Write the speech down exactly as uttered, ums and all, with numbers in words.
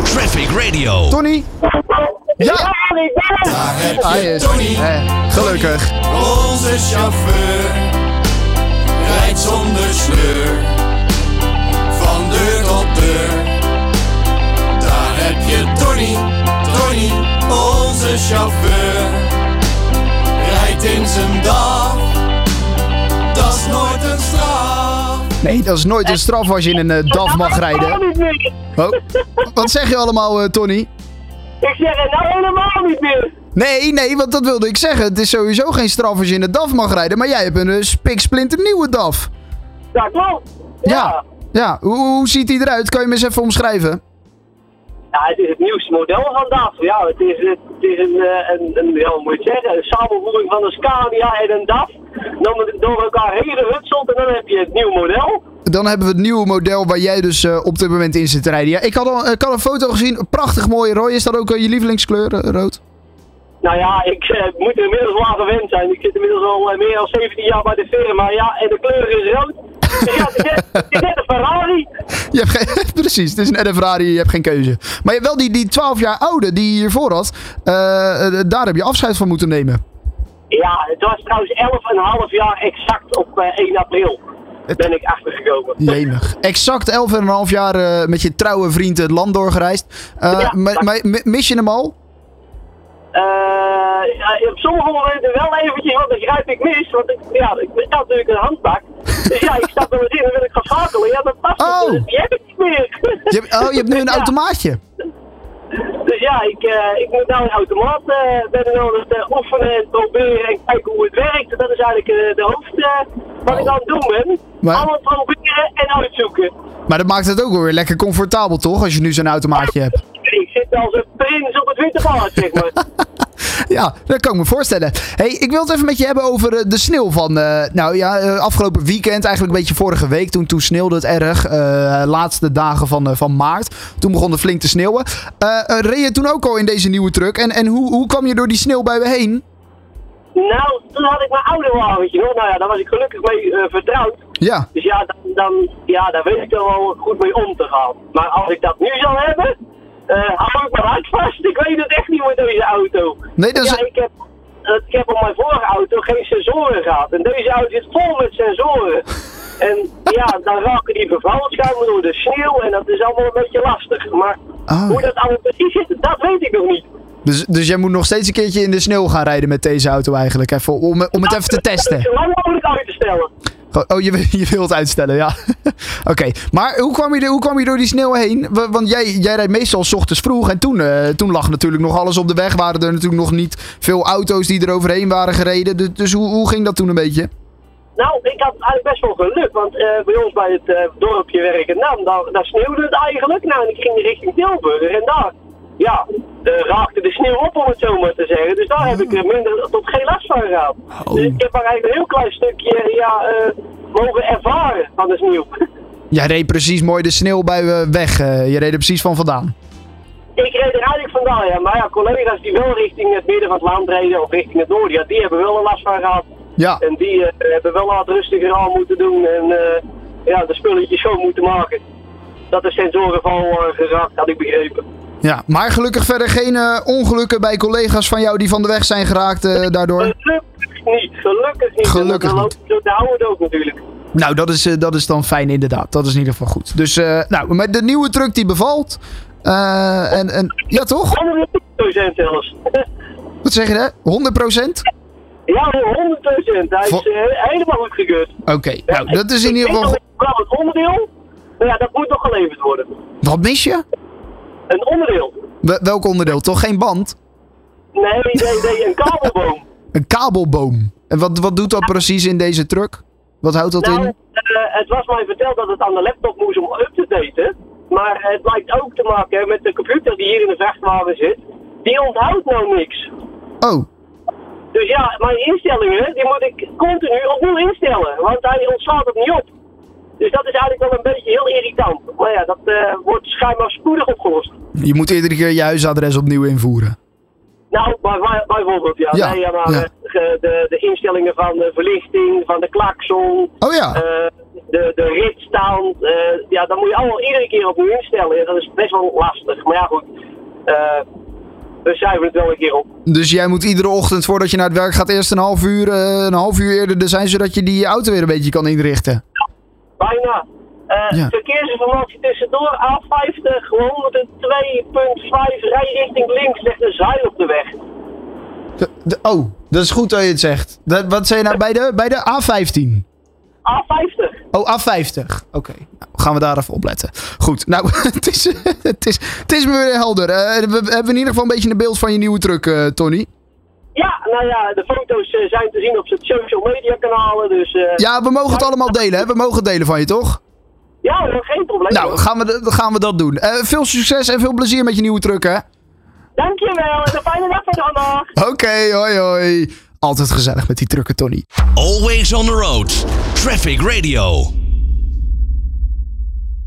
Traffic Radio. Tony? Ja! Daar heb Hij je is. Tony, Eh, gelukkig. onze chauffeur. Rijdt zonder sleur, van deur tot deur. Daar heb je Tony, Tony, onze chauffeur. Rijdt in zijn dag, dat is nooit een straf. Nee, dat is nooit een straf als je in een uh, D A F mag rijden. Oh, wat zeg je allemaal, uh, Tony? Ik zeg het nou helemaal niet meer. Nee, nee, want dat wilde ik zeggen. Het is sowieso geen straf als je in een D A F mag rijden. Maar jij hebt een uh, spiksplinternieuwe D A F. Ja, klopt. Ja. Ja. Ja, hoe, hoe ziet die eruit? Kan je me eens even omschrijven? Ja, het is het nieuwste model van D A F. Ja, het is, het is een, uh, een, een, ja, hoe moet je het zeggen, een samenvoeging van een Scania en een D A F. Dan door elkaar heen gehutselt en dan heb je het nieuwe model. Dan hebben we het nieuwe model waar jij dus uh, op dit moment in zit te rijden. Ja, ik had al ik had een foto gezien. Een prachtig mooie rooi. Is dat ook uh, je lievelingskleur, uh, rood? Nou ja, ik uh, moet er inmiddels wel aan gewend zijn. Ik zit inmiddels al uh, meer dan zeventien jaar bij de firma. Ja, en de kleur is rood. Dus ja, het is net, het is net een Ferrari. Je hebt geen, precies, het is net een Ferrari, je hebt geen keuze. Maar je hebt wel die, die twaalf jaar oude die je hiervoor had. Uh, uh, daar heb je afscheid van moeten nemen. Ja, het was trouwens elf komma vijf jaar exact op uh, één april. Ben ik achtergekomen. Jemig. Exact elf komma vijf jaar uh, met je trouwe vriend het land doorgereisd. Uh, Ja. maar, maar mis je hem al? Uh, ja, op sommige momenten wel eventjes, want dan grijp ik mis. Want ik, ja, ik ben natuurlijk een handbak. Dus ja, ik stap er in en wil ik gaan schakelen. Ja, dat past Oh. niet. Dus die heb ik niet meer. Je hebt, oh, je hebt nu een Ja. automaatje. Dus ja, ik, uh, ik moet nou een automaat uh, ben er aan het uh, oefenen en proberen en kijken hoe het werkt. Dat is eigenlijk uh, de hoofd uh, wat ik aan het doen ben. Maar- Allemaal proberen en uitzoeken. Maar dat maakt het ook wel weer lekker comfortabel, toch? Als je nu zo'n automaatje hebt. Ik zit als een prins op het witte paard, zeg maar. Ja, dat kan ik me voorstellen. Hey, ik wil het even met je hebben over uh, de sneeuw van... Uh, nou ja, uh, afgelopen weekend, eigenlijk een beetje vorige week. Toen, toen sneeuwde het erg. Uh, laatste dagen van, uh, van maart. Toen begon het flink te sneeuwen. Uh, uh, reed je toen ook al in deze nieuwe truck? En, en hoe, hoe kwam je door die sneeuwbuien heen? Nou, toen had ik mijn oude wagentje nog. Nou ja, daar was ik gelukkig mee uh, vertrouwd. Ja. Dus ja, dan, dan, ja, daar weet ik er wel goed mee om te gaan. Maar als ik dat nu zou hebben, uh, hou ik mijn hart vast. Ik weet het echt niet met deze auto. Nee, dat is... Ja, ik heb, uh, ik heb op mijn vorige auto geen sensoren gehad. En deze auto zit vol met sensoren. En ja, dan raken die vervuilingsschuimen door de sneeuw en dat is allemaal een beetje lastig. Maar Oh, hoe ja. dat allemaal precies zit, dat weet ik nog niet. Dus, dus jij moet nog steeds een keertje in de sneeuw gaan rijden met deze auto eigenlijk. Even, om, om het even te testen. Zo lang mogelijk uit te stellen. Oh, je, je wilt het uitstellen, ja. Oké, okay. Maar hoe kwam, je, hoe kwam je door die sneeuw heen? Want jij, jij rijdt meestal 's ochtends vroeg en toen, uh, toen lag natuurlijk nog alles op de weg. Waren er natuurlijk nog niet veel auto's die er overheen waren gereden. Dus, dus hoe, hoe ging dat toen een beetje? Nou, ik had eigenlijk best wel geluk, want uh, bij ons bij het uh, dorpje waar ik het nam, daar, daar sneeuwde het eigenlijk. Nou, en ik ging richting Tilburg en daar, ja, uh, raakte de sneeuw op om het zo maar te zeggen. Dus daar heb ik er minder tot geen last van gehad. Oh. Dus ik heb maar eigenlijk een heel klein stukje, ja, uh, mogen ervaren van de sneeuw. Jij reed precies mooi de sneeuwbuien weg. Uh, je reed er precies van vandaan. Ik reed er eigenlijk vandaan, ja. Maar ja, collega's die wel richting het midden van het land reden of richting het noorden, ja, die hebben wel een last van gehad. Ja. En die uh, hebben wel wat rustiger aan moeten doen en uh, ja, de spulletjes schoon moeten maken. Dat de sensoren van uh, geraakt, had ik begrepen. Ja, maar gelukkig verder geen uh, ongelukken bij collega's van jou die van de weg zijn geraakt uh, daardoor. Gelukkig niet, gelukkig niet. Gelukkig en dat, niet. Zo te houden het ook natuurlijk. Nou, dat is, uh, dat is dan fijn inderdaad. Dat is in ieder geval goed. Dus, uh, nou, met de nieuwe truck die bevalt. Uh, en, en, ja, toch? honderd procent zelfs. Wat zeg je daar? honderd procent? Ja, honderd procent. Hij is Vo- uh, helemaal goed gekeurd. Oké, okay. Nou, dat is in ieder geval... Wel het onderdeel, maar ja, dat moet nog geleverd worden. Wat mis je? Een onderdeel. W- welk onderdeel? Toch geen band? Nee, nee, nee, een kabelboom. Een kabelboom. En wat, wat doet dat precies in deze truck? Wat houdt dat Nou, in? uh, het was mij verteld dat het aan de laptop moest om up te daten. Maar het lijkt ook te maken hebben met de computer die hier in de vrachtwagen zit. Die onthoudt nou niks. Oh, Dus ja, mijn instellingen, die moet ik continu opnieuw instellen. Want hij ontslaat het niet op. Dus dat is eigenlijk wel een beetje heel irritant. Maar ja, dat uh, wordt schijnbaar spoedig opgelost. je moet iedere keer je huisadres opnieuw invoeren. Nou, bij, bij, bijvoorbeeld, ja. Ja, Nee, ja maar ja. uh, de, de, de instellingen van de verlichting, van de klakson, Oh ja. uh, de, de ritstand. Uh, ja, dat moet je allemaal iedere keer opnieuw instellen. Ja, dat is best wel lastig. Maar ja, goed. Uh, we cijferen het wel een keer op. Dus jij moet iedere ochtend voordat je naar het werk gaat eerst een half uur, uh, een half uur eerder er zijn, zodat je die auto weer een beetje kan inrichten? Ja, bijna. Uh, ja. Verkeersinformatie tussendoor, A vijftig, honderdtwee komma vijf, rij richting links, ligt een zeil op de weg. De, de, oh, dat is goed dat je het zegt. Dat, wat zei je nou bij de, bij de A vijftien? A vijftig. Oh, A vijftig. Oké, okay. Nou, gaan we daar even op letten. Goed, nou, het is, het is, het is me weer helder. Uh, we hebben in ieder geval een beetje een beeld van je nieuwe truck, uh, Tony. Ja, nou ja, de foto's uh, zijn te zien op zijn social media kanalen, dus... Uh, ja, we mogen het allemaal delen, hè? We mogen het delen van je, toch? Ja, geen probleem. Nou, gaan we, gaan we dat doen. Uh, veel succes en veel plezier met je nieuwe truck, hè? Dankjewel, en een fijne dag voor vandaag. Oké, okay, hoi hoi. Altijd gezellig met die trucken, Tony. Always on the road. Traffic Radio.